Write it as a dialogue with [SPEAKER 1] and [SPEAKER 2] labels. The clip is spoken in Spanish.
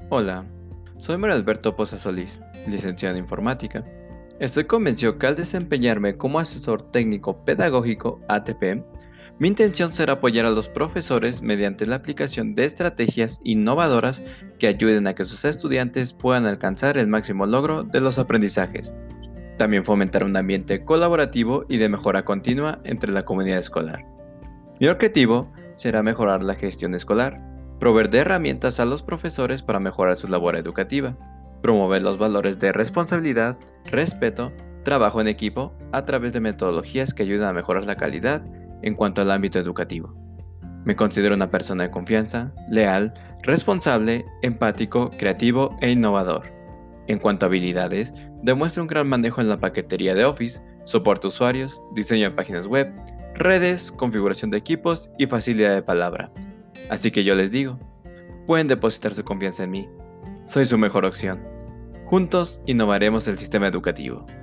[SPEAKER 1] Hola, soy Mario Alberto Poza Solís, licenciado en informática. Estoy convencido que al desempeñarme como asesor técnico pedagógico ATP, mi intención será apoyar a los profesores mediante la aplicación de estrategias innovadoras que ayuden a que sus estudiantes puedan alcanzar el máximo logro de los aprendizajes. También fomentar un ambiente colaborativo y de mejora continua entre la comunidad escolar. Mi objetivo será mejorar la gestión escolar, proveer de herramientas a los profesores para mejorar su labor educativa, promover los valores de responsabilidad, respeto, trabajo en equipo a través de metodologías que ayuden a mejorar la calidad en cuanto al ámbito educativo. Me considero una persona de confianza, leal, responsable, empático, creativo e innovador. En cuanto a habilidades, demuestra un gran manejo en la paquetería de Office, soporte a usuarios, diseño de páginas web, redes, configuración de equipos y facilidad de palabra. Así que yo les digo, pueden depositar su confianza en mí. Soy su mejor opción. Juntos innovaremos el sistema educativo.